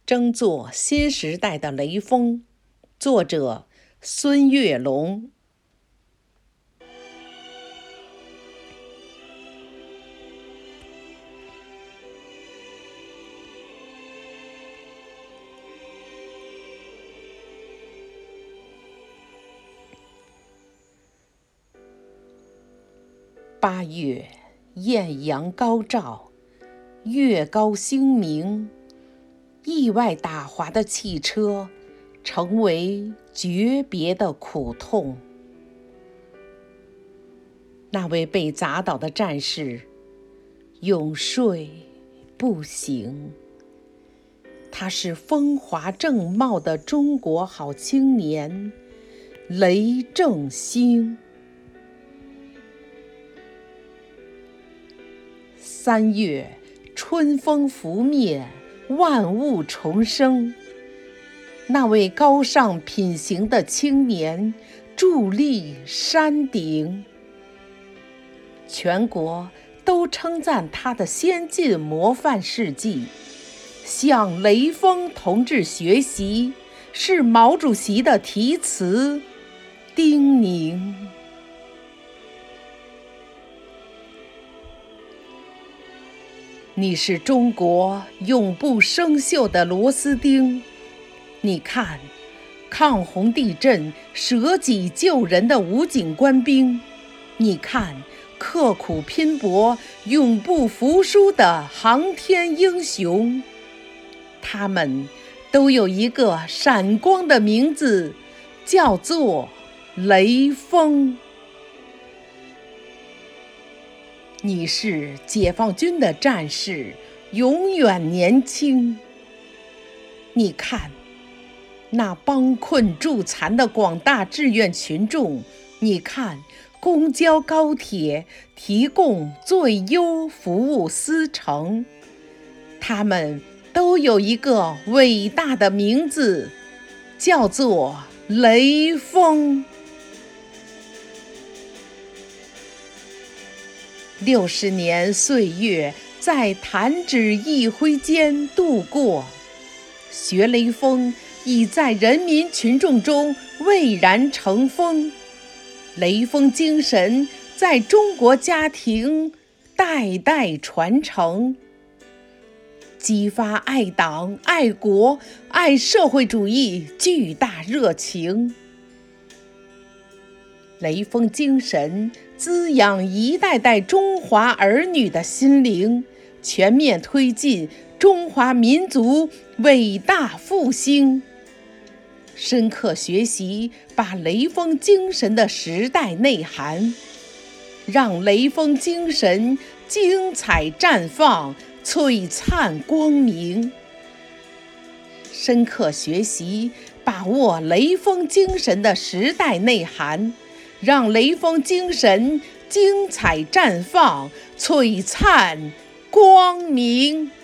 争做新时代的雷锋，作者孙月龙。8月，艳阳高照，月高星明，意外打滑的汽车成为诀别的苦痛。那位被砸倒的战士永睡不醒，他是风华正茂的中国好青年雷正兴。3月，春风拂面，万物重生。那位高尚品行的青年伫立山顶，全国都称赞他的先进模范事迹。向雷锋同志学习，是毛主席的题词叮咛。你是中国永不生锈的螺丝钉，你看，抗洪地震舍己救人的武警官兵，你看，刻苦拼搏永不服输的航天英雄，他们都有一个闪光的名字，叫做雷锋。你是解放军的战士，永远年轻。你看，那帮困助残的广大志愿群众，你看，公交高铁提供最优服务司乘，他们都有一个伟大的名字，叫做雷锋。60年岁月在弹指一挥间度过，学雷锋已在人民群众中蔚然成风，雷锋精神在中国家庭代代传承，激发爱党、爱国、爱社会主义巨大热情。雷锋精神滋养一代代中华儿女的心灵，全面推进中华民族伟大复兴。深刻学习把雷锋精神的时代内涵，让雷锋精神精彩绽放，璀璨光明。深刻学习把握雷锋精神的时代内涵，让雷锋精神精彩绽放，璀璨光明。